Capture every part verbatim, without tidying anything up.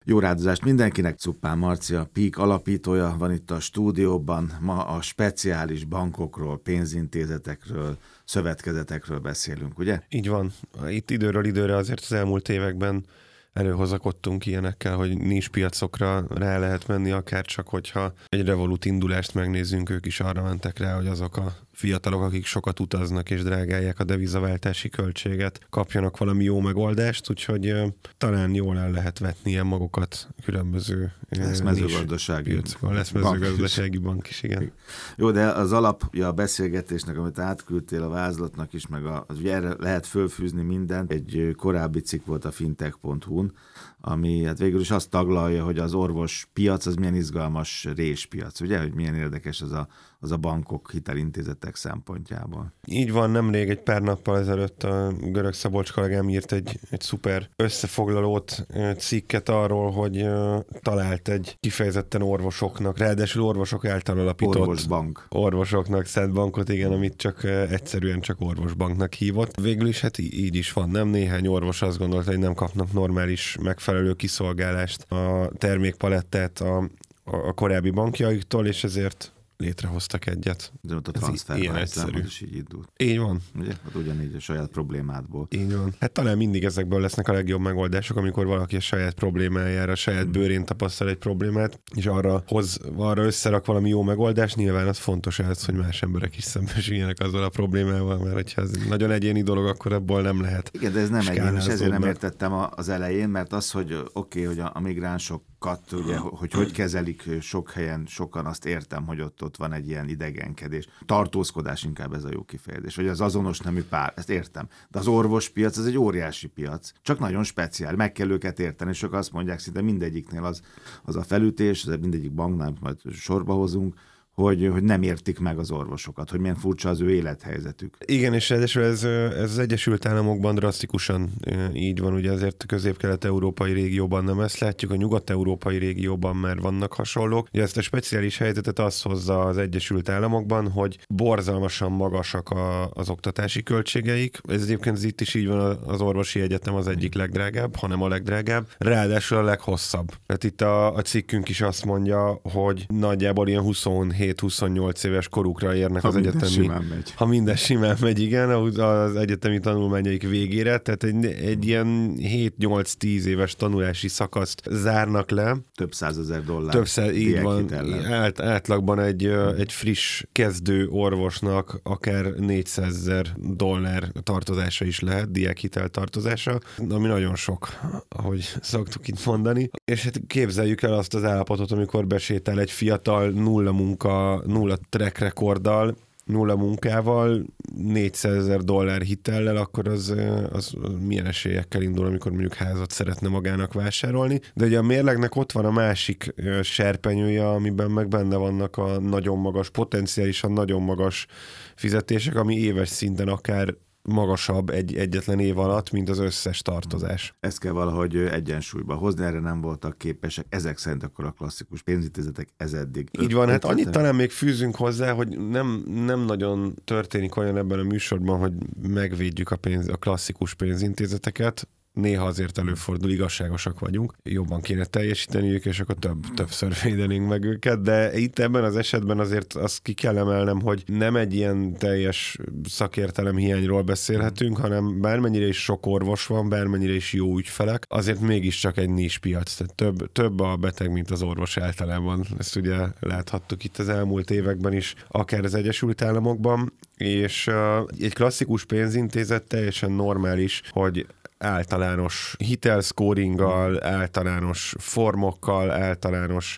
Jó rádozást mindenkinek, Cuppán Marci, a Peak alapítója van itt a stúdióban. Ma a speciális bankokról, pénzintézetekről, szövetkezetekről beszélünk, ugye? Így van. Itt időről időre azért az elmúlt években előhozakodtunk ilyenekkel, hogy nincs piacokra rá lehet menni, akár csak hogyha egy Revolut indulást megnézzünk, ők is arra mentek rá, hogy azok a fiatalok, akik sokat utaznak és drágálják a devizaváltási költséget, kapjanak valami jó megoldást, úgyhogy uh, talán jól el lehet vetni ilyen magokat különböző lesz mezőgazdasági piacokon. Lesz mezőgazdasági bank, bank is, igen. Jó, de az alapja a beszélgetésnek, amit átküldtél a vázlatnak is, meg a, az ugye erre lehet fölfűzni mindent. Egy korábbi cikk volt a fintech pont hu-n, ami hát végül is azt taglalja, hogy az orvos piac az milyen izgalmas réspiac, ugye, hogy milyen érdekes az a, az a bankok, hitelintézetek szempontjából. Így van, nemrég egy pár nappal ezelőtt a Görög Szabolcs kollégám írt egy, egy szuper összefoglalót, cikket arról, hogy talált egy kifejezetten orvosoknak, ráadásul orvosok által alapított orvosbank. Orvosoknak szent bankot, igen, amit csak egyszerűen csak orvosbanknak hívott. Végül is hát így is van, nem? Néhány orvos azt gondolta, hogy nem kapnak normális megfelelő kiszolgálást a termékpalettát a, a korábbi bankjaiktól, és ezért létrehoztak egyet. De ott a transfervállás is így indult. Így van. Ugye? Hát ugyanígy a saját problémádból. Így van. Hát talán mindig ezekből lesznek a legjobb megoldások, amikor valaki a saját problémájára, a saját hmm. bőrén tapasztal egy problémát, és arra hoz, arra összerak valami jó megoldást. Nyilván az fontos ez, hogy más emberek is szembesüljenek azzal a problémával, mert hogyha ez nagyon egyéni dolog, akkor abból nem lehet. Igen, de ez nem egyéni, és ezért nem értettem az elején, mert az, hogy oké, okay, hogy a, a migránsokat, ugye, hogy hogy kezelik sok helyen, sokan azt értem, hogy ott ott van egy ilyen idegenkedés. Tartózkodás inkább ez a jó kifejezés, vagy az azonos nemű pár, ezt értem. De az orvospiac az egy óriási piac, csak nagyon speciál, meg kell őket érteni, és sokan azt mondják, szinte mindegyiknél az, az a felütés, az mindegyik banknál, majd sorba hozunk, hogy, hogy nem értik meg az orvosokat, hogy milyen furcsa az ő élethelyzetük. Igen, és ez, ez, ez az Egyesült Államokban drasztikusan így van, ugye azért a közép-kelet-európai régióban nem ezt látjuk, a nyugat-európai régióban már vannak hasonlók. Ugye ezt a speciális helyzetet azt hozza az Egyesült Államokban, hogy borzalmasan magasak a, az oktatási költségeik. Ez egyébként ez itt is így van, az orvosi egyetem az egyik legdrágább, hanem a legdrágább, ráadásul a leghosszabb. Tehát itt a, a cikkünk is azt mondja, hogy nagyjából ilyen huszonhét huszonnyolc éves korukra érnek ha az egyetemi. Megy. Ha minden simán megy, igen, az egyetemi tanulmányaik végére, tehát egy, egy ilyen hét-nyolc-tíz éves tanulási szakaszt zárnak le. Több százezer dollár. Több száz, így van. Át, átlagban egy, egy friss kezdő orvosnak akár négyszázezer dollár tartozása is lehet, diákhitel tartozása, ami nagyon sok, ahogy szoktuk itt mondani. És hát képzeljük el azt az állapotot, amikor besétál egy fiatal nulla munka a nulla track rekorddal, nulla munkával, négyszázezer dollár hitellel, akkor az, az, az milyen esélyekkel indul, amikor mondjuk házat szeretne magának vásárolni. De ugye a mérlegnek ott van a másik serpenyője, amiben meg benne vannak a nagyon magas, potenciálisan nagyon magas fizetések, ami éves szinten akár magasabb egy egyetlen év alatt, mint az összes tartozás. Ezt kell valahogy egyensúlyba hozni, erre nem voltak képesek. Ezek szerint akkor a klasszikus pénzintézetek ez eddig. Így van, hát annyit talán még fűzünk hozzá, hogy nem, nem nagyon történik olyan ebben a műsorban, hogy megvédjük a, pénz, a klasszikus pénzintézeteket. Néha azért előfordul, igazságosak vagyunk, jobban kéne teljesíteniük, és akkor több, többször védenénk meg őket, de itt ebben az esetben azért azt ki kell emelnem, hogy nem egy ilyen teljes szakértelem hiányról beszélhetünk, hanem bármennyire is sok orvos van, bármennyire is jó ügyfelek, azért mégiscsak egy nis piac, tehát több, több a beteg, mint az orvos általában. Ezt ugye láthattuk itt az elmúlt években is, akár az Egyesült Államokban, és uh, egy klasszikus pénzintézet teljesen normális, hogy általános hitelszkóringgal, általános formokkal, általános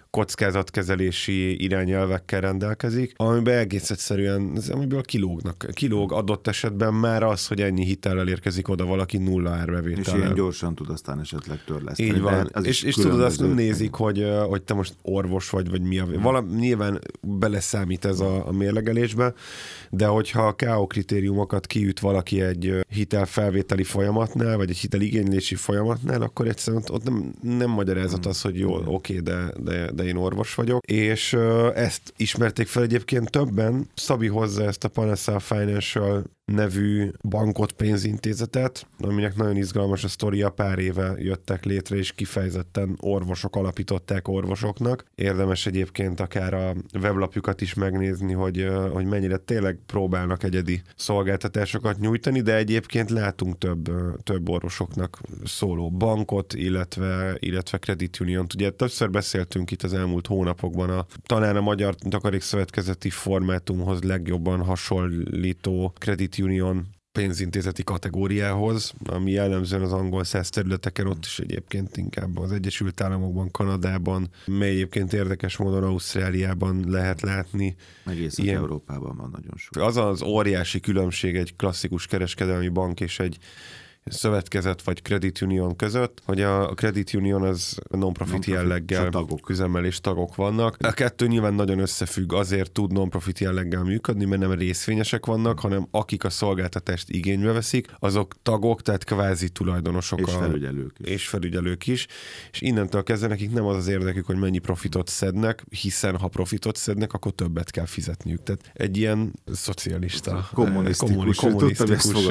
kockázatkezelési irányelvekkel rendelkezik, amiben egész egyszerűen, amiből kilógnak. Kilóg adott esetben már az, hogy ennyi hitellel érkezik oda valaki nulla árbevétellel. És ilyen gyorsan tud aztán esetleg törleszteni. Így van. És, és tudod, azt nem nézik, hogy, hogy te most orvos vagy, vagy mi a... Valami, nyilván beleszámít ez a, a mérlegelésbe, de hogyha a ká o kritériumokat kiüt valaki egy hitelfelvételi folyamatnál, vagy egy hiteligénylési folyamatnál, akkor egyszerűen ott nem, nem magyarázat az, hogy jó, oké, de, de, de én orvos vagyok. És ezt ismerték fel egyébként többen. Szabi hozza ezt a Panacea Financial nevű bankot, pénzintézetet, aminek nagyon izgalmas a sztoria, pár éve jöttek létre, és kifejezetten orvosok alapították orvosoknak. Érdemes egyébként akár a weblapjukat is megnézni, hogy, hogy mennyire tényleg próbálnak egyedi szolgáltatásokat nyújtani, de egyébként látunk több, több orvosoknak szóló bankot, illetve, illetve Credit Uniont. Ugye többször beszéltünk itt az elmúlt hónapokban a, talán a Magyar Takarékszövetkezeti formátumhoz legjobban hasonlító Credit Union pénzintézeti kategóriához, ami jellemzően az angol száz területeken, ott is egyébként inkább az Egyesült Államokban, Kanadában, mely egyébként érdekes módon Ausztráliában lehet látni. Meg Észak-Európában van nagyon sok. Az az óriási különbség egy klasszikus kereskedelmi bank és egy szövetkezet vagy Credit Union között, hogy a Credit Union az non-profit, non-profit jelleggel üzemel és tagok vannak. A kettő nyilván nagyon összefügg, azért tud non-profit jelleggel működni, mert nem részvényesek vannak, hanem akik a szolgáltatást igénybe veszik, azok tagok, tehát kvázi tulajdonosok. És felügyelők is. És felügyelők is. És innentől kezdve nekik nem az az érdekük, hogy mennyi profitot szednek, hiszen ha profitot szednek, akkor többet kell fizetniük. Tehát egy ilyen szocialista, kommunisztikus, kommunisztikus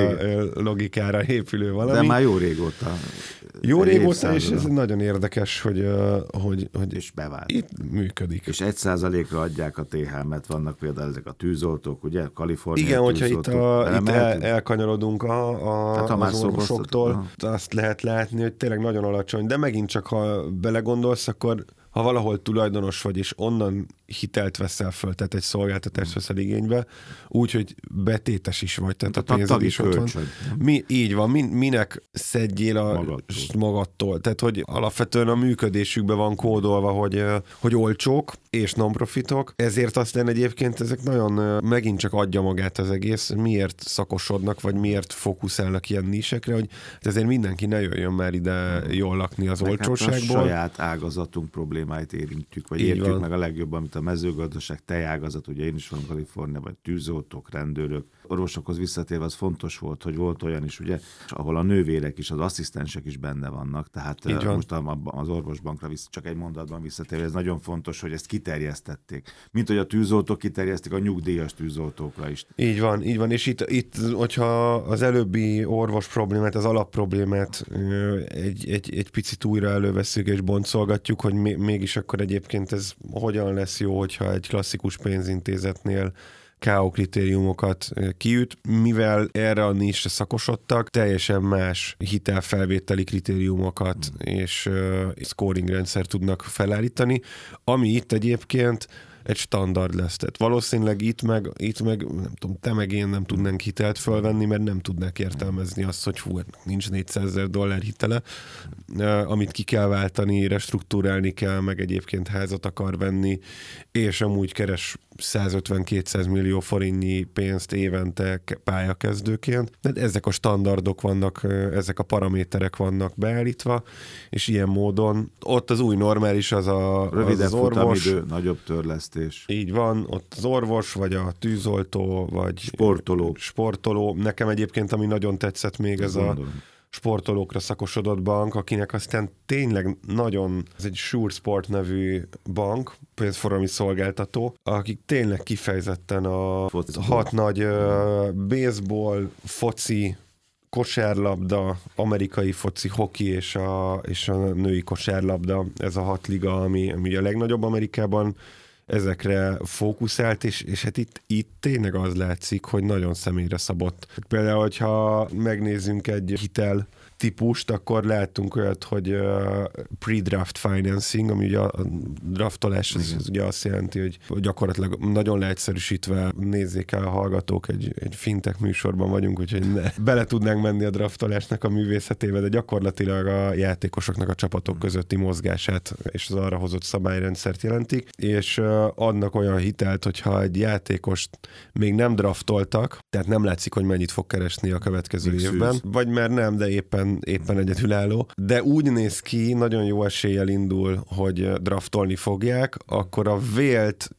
logikára épülő valami. De már jó régóta. Jó régóta, és ez nagyon érdekes, hogy, hogy, hogy és bevált. Itt működik. És egy százalékra adják a té há em-et, vannak például ezek a tűzoltók, ugye, Kaliforniai igen, tűzoltók. hogyha itt, a, itt el, elkanyarodunk a, a, hát, az orvosoktól, azt lehet látni, hogy tényleg nagyon alacsony, de megint csak, ha belegondolsz, akkor ha valahol tulajdonos vagy, és onnan hitelt veszel föl, tehát egy szolgáltatást veszel igénybe, úgyhogy betétes is vagy, tehát a, a pénzed is ott van. Mi, így van, min, minek szedjél a magadtól. magadtól. Tehát, hogy alapvetően a működésükben van kódolva, hogy, hogy olcsók és non-profitok, ezért aztán egyébként ezek nagyon megint csak adja magát az egész, miért szakosodnak, vagy miért fókuszálnak ilyen nisekre, hogy ezért mindenki ne jöjjön már ide jól lakni az meg olcsóságból. Hát a saját ágazatunk problémáit érintjük, vagy így értjük van. Meg a legjobban, amit a mezőgazdaság, tejágazat, ugye én is van Kalifornia, vagy tűzoltók, rendőrök. Orvosokhoz visszatérve az fontos volt, hogy volt olyan is, ugye, ahol a nővérek is, az asszisztensek is benne vannak, tehát most az orvosbankra vissza, csak egy mondatban visszatérve, ez nagyon fontos, hogy ezt kiterjesztették. Mint hogy a tűzoltók kiterjesztik a nyugdíjas tűzoltókra is. Így van, így van, és itt, itt hogyha az előbbi orvos problémát, az alapproblémát egy, egy, egy picit újra előveszünk és boncolgatjuk, hogy mégis akkor egyébként ez hogyan lesz jó, hogyha egy klasszikus pénzintézetnél ká ó kritériumokat kiüt, mivel erre a nisre szakosodtak, teljesen más hitelfelvételi kritériumokat mm. és uh, scoring rendszer tudnak felállítani, ami itt egyébként egy standard lesz. Tehát valószínűleg itt meg, itt meg, nem tudom, te meg én nem tudnánk hitelt fölvenni, mert nem tudnák értelmezni azt, hogy hú, nincs négyszázezer dollár hitele, amit ki kell váltani, restruktúrálni kell, meg egyébként házat akar venni, és amúgy keres százötven-kétszáz millió forintnyi pénzt évente pályakezdőként. De ezek a standardok vannak, ezek a paraméterek vannak beállítva, és ilyen módon ott az új normális az a, rövidebb az, az orvos. Futamidő, nagyobb törlesztés. Így van, ott az orvos, vagy a tűzoltó, vagy sportoló. sportoló. Nekem egyébként, ami nagyon tetszett még, ez a sportolókra szakosodott bank, akinek aztán tényleg nagyon, ez egy Sure Sport nevű bank, pénzforgalmi szolgáltató, akik tényleg kifejezetten a Fociball. hat nagy uh, baseball, foci, kosárlabda, amerikai foci, hoki és a, és a női kosárlabda, ez a hat liga, ami, ami a legnagyobb Amerikában, ezekre fókuszált, és, és hát itt, itt tényleg az látszik, hogy nagyon személyre szabott. Például, hogyha megnézzünk egy hitel típust, akkor láttunk olyat, hogy uh, pre-draft financing, ami ugye a draftolás, az, az ugye azt jelenti, hogy gyakorlatilag nagyon leegyszerűsítve nézzék el a hallgatók, egy, egy fintech műsorban vagyunk, úgyhogy ne, bele tudnánk menni a draftolásnak a művészetébe, de gyakorlatilag a játékosoknak a csapatok közötti mozgását és az arra hozott szabályrendszert jelentik, és uh, adnak olyan hitelt, hogyha egy játékost még nem draftoltak, tehát nem látszik, hogy mennyit fog keresni a következő még évben, szűz. Vagy már nem, de éppen éppen egyedülálló, de úgy néz ki, nagyon jó eséllyel indul, hogy draftolni fogják, akkor a vélt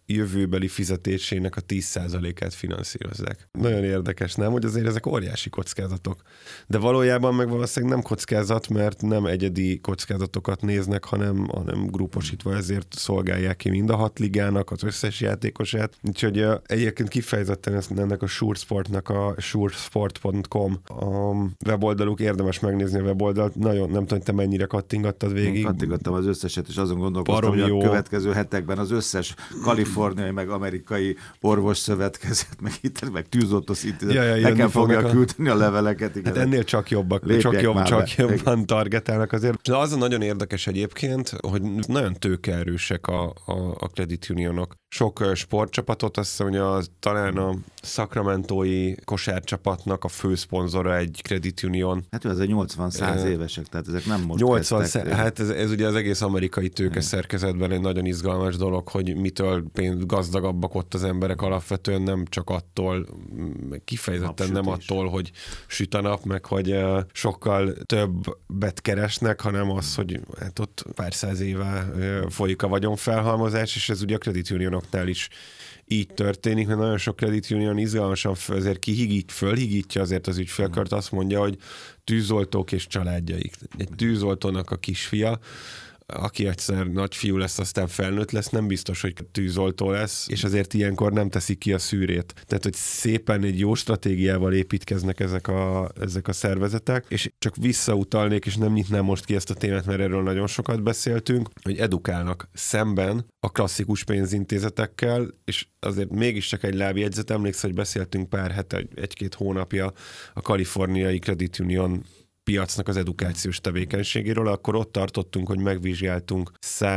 jövőbeli fizetésének a tíz százalékát finanszírozzák. Nagyon érdekes, nem? Hogy azért ezek óriási kockázatok. De valójában meg valószínűleg nem kockázat, mert nem egyedi kockázatokat néznek, hanem, hanem gruposítva, ezért szolgálják ki mind a hat ligának az összes játékosát. Úgyhogy uh, egyébként kifejezetten ezt, ennek a SureSportnak a suresport pont com a weboldaluk, érdemes megnézni a weboldalt. Nagyon nem tudom, te mennyire kattingattad végig. Én kattingattam az összeset, és azon gondolkoztam, hogy a következő hetekben az összes kaliforniai, meg amerikai orvosszövetkezet, meg itt, meg tűzoltós intézet, ja, ja, nekem fogja a... küldeni a leveleket. Igen. Hát ennél csak jobbak, csak, jobb, csak jobban targetálnak azért. De az a nagyon érdekes egyébként, hogy nagyon tőkeerősek a, a, a credit unionok. Sok sportcsapatot, azt hiszem, hogy a, talán a Sacramento-i kosárcsapatnak a főszponzora egy credit union. Hát ez egy nyolcvan-száz évesek, tehát ezek nem most nyolcvan kezdtek. Hát ez, ez ugye az egész amerikai tőkeszerkezetben egy nagyon izgalmas dolog, hogy mitől pénz gazdagabbak ott az emberek alapvetően, nem csak attól, kifejezetten nem attól, hogy süt a nap, meg hogy sokkal többet keresnek, hanem az, hogy hát ott pár száz éve folyik a vagyonfelhalmozás, és ez ugye a credit unionoknál is így történik, mert nagyon sok credit union izgalmasan azért kihigít, fölhigítja azért az ügyfélkört, azt mondja, hogy tűzoltók és családjaik. Egy tűzoltónak a kisfia, aki egyszer nagyfiú lesz, aztán felnőtt lesz, nem biztos, hogy tűzoltó lesz, és azért ilyenkor nem teszik ki a szűrét. Tehát, hogy szépen egy jó stratégiával építkeznek ezek a, ezek a szervezetek, és csak visszautalnék, és nem nyitnám most ki ezt a témát, mert erről nagyon sokat beszéltünk, hogy edukálnak szemben a klasszikus pénzintézetekkel, és azért mégiscsak egy lábjegyzet, emlékszel, hogy beszéltünk pár hete, egy-két hónapja a kaliforniai Credit Union piacnak az edukációs tevékenységéről, akkor ott tartottunk, hogy megvizsgáltunk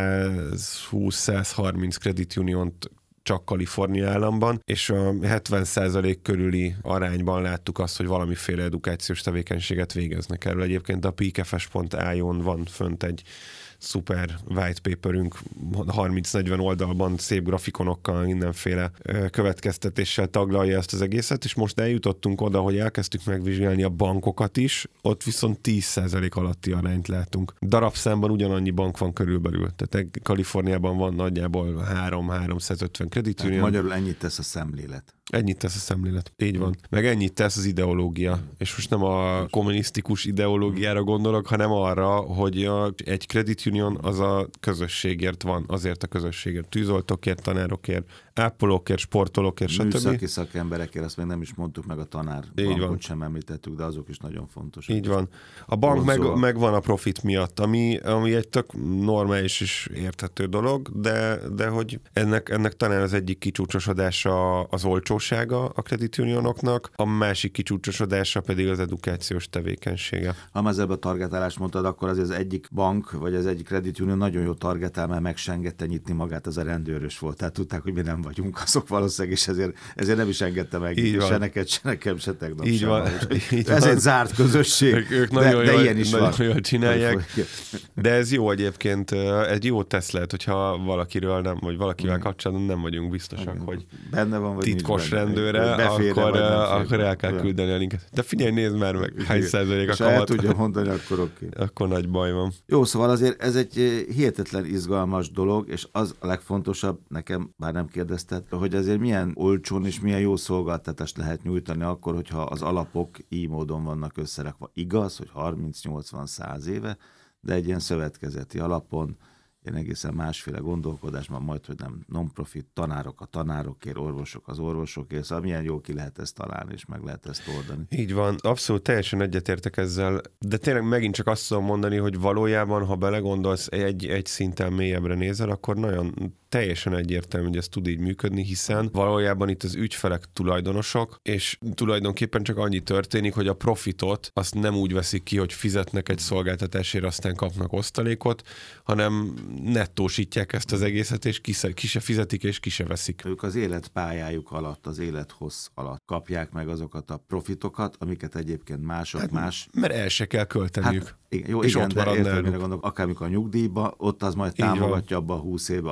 száz húsz száz harminc Credit Uniont csak Kalifornia államban, és a hetven százalék körüli arányban láttuk azt, hogy valamiféle edukációs tevékenységet végeznek erről. Egyébként a peakfs pont i o-n van fönt egy szuper white paperünk, harminc-negyven oldalban szép grafikonokkal, mindenféle következtetéssel taglalja ezt az egészet, és most eljutottunk oda, hogy elkezdtük megvizsgálni a bankokat is, ott viszont tíz százalék alatti arányt látunk. Darabszámban ugyanannyi bank van körülbelül, tehát Kaliforniában van nagyjából három-háromszázötven Credit Union. Magyarul ennyit tesz a szemlélet. Ennyit tesz a szemlélet. Így van. Meg ennyit tesz az ideológia. És most nem a kommunisztikus ideológiára gondolok, hanem arra, hogy a, egy credit union az a közösségért van, azért a közösségért. Tűzoltókért, tanárokért, ápolókért, sportolókért, stb. Műszaki szakemberekért, azt még nem is mondtuk, meg a tanár bankot sem említettük, de azok is nagyon fontosak. Így van. A bank meg, meg van a profit miatt, ami, ami egy tök normális és érthető dolog, de, de hogy ennek, ennek talán az egyik kicsúcsosodása az olcsósága a credit unionoknak, a másik kicsúcsosodása pedig az edukációs tevékenysége. Ha már ebben a targetálást mondtad, akkor azért az egyik bank, vagy az egyik credit union nagyon jó targetál, mert meg se engedte nyitni magát, az a rendőrös volt. Tehát tudták, hogy mi nem vagyunk azok valószínűleg, és ezért, ezért nem is engedte meg se neked, se nekem, se tegnap így sem. Van. Így ez van. Egy zárt közösség, ők, ők de, nagyon de jól, ilyen is nagyon van. jól csinálják. De ez jó egyébként, egy jó teszt lehet, hogyha valakiről nem, vagy valakivel kapcsolatban nem vagyunk biztosak, igen, hogy benne van, vagy titkos rendőre, akkor, akkor el kell olyan küldeni a linket. De figyelj, nézd már meg, hány százalék a kamat. Ha el tudja mondani, akkor oké. Okay. Akkor nagy baj van. Jó, szóval azért ez egy hihetetlen izgalmas dolog, és az a legfontosabb, nekem bár nem kérdezted, hogy azért milyen olcsón és milyen jó szolgáltatást lehet nyújtani akkor, hogyha az alapok így módon vannak összerakva. Igaz, hogy harminc-nyolcvan-száz éve, de egy ilyen szövetkezeti alapon, ilyen egészen másféle gondolkodás, már majd, hogy nem non-profit, tanárok a tanárokért, orvosok az orvosokért, szóval milyen jó ki lehet ezt találni, és meg lehet ezt oldani. Így van, abszolút teljesen egyetértek ezzel, de tényleg megint csak azt tudom mondani, hogy valójában, ha belegondolsz, egy, egy szinten mélyebbre nézel, akkor nagyon teljesen egyértelmű, hogy ez tud így működni, hiszen valójában itt az ügyfelek tulajdonosok, és tulajdonképpen csak annyi történik, hogy a profitot azt nem úgy veszik ki, hogy fizetnek egy szolgáltatásért, aztán kapnak osztalékot, hanem nettósítják ezt az egészet, és ki se, ki se fizetik, és ki se veszik. Ők az életpályájuk alatt, az élethossz alatt kapják meg azokat a profitokat, amiket egyébként mások hát, más... Mert el se kell költeniük. Hát, igen, jó, és igen, ott de marad értem, mire gondolok, akármikor a nyugdíjba, ott az majd támogatja abba a húsz évbe a diákét,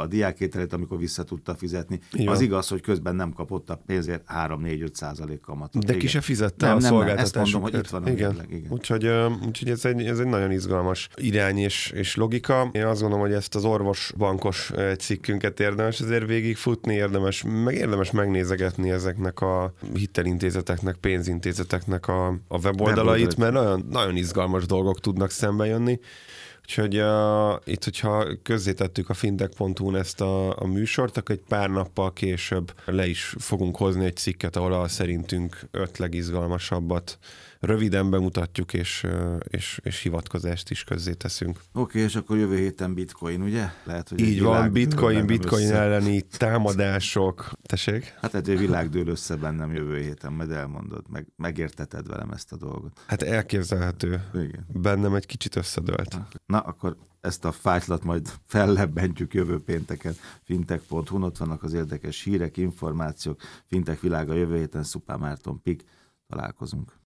bevételét, amikor vissza tudta fizetni. Igen. Az igaz, hogy közben nem kapott a pénzért három-négy-öt százalék kamatot. De ki se fizette nem, a nem, szolgáltatásukért. Nem, ezt mondom, hogy itt van a igen. mérleg, igen. Úgyhogy, úgyhogy ez, egy, ez egy nagyon izgalmas irány és, és logika. Én azt gondolom, hogy ezt az orvosbankos cikkünket érdemes azért végigfutni, érdemes, meg érdemes megnézegetni ezeknek a hitelintézeteknek, pénzintézeteknek a, a weboldalait, mert nagyon, nagyon izgalmas dolgok tudnak szembe jönni. Úgyhogy uh, itt, hogyha közzétettük a fintech pont hu-n ezt a, a műsort, akkor egy pár nappal később le is fogunk hozni egy cikket, ahol a szerintünk öt legizgalmasabbat röviden bemutatjuk, és, és, és hivatkozást is közzéteszünk. Oké, okay, és akkor jövő héten bitcoin, ugye? Lehet, hogy így van, bitcoin, bitcoin össze. elleni támadások. Tessék? Hát egy világ dől össze bennem jövő héten, majd elmondod, meg, megérteted velem ezt a dolgot. Hát elképzelhető. Igen. Bennem egy kicsit összedőlt. Na, akkor ezt a fájtlat majd fellebbentjük jövő pénteken. fintech pont hu-n, ott vannak az érdekes hírek, információk. Fintech világa jövő héten, Szupán Márton Pik. Találkozunk.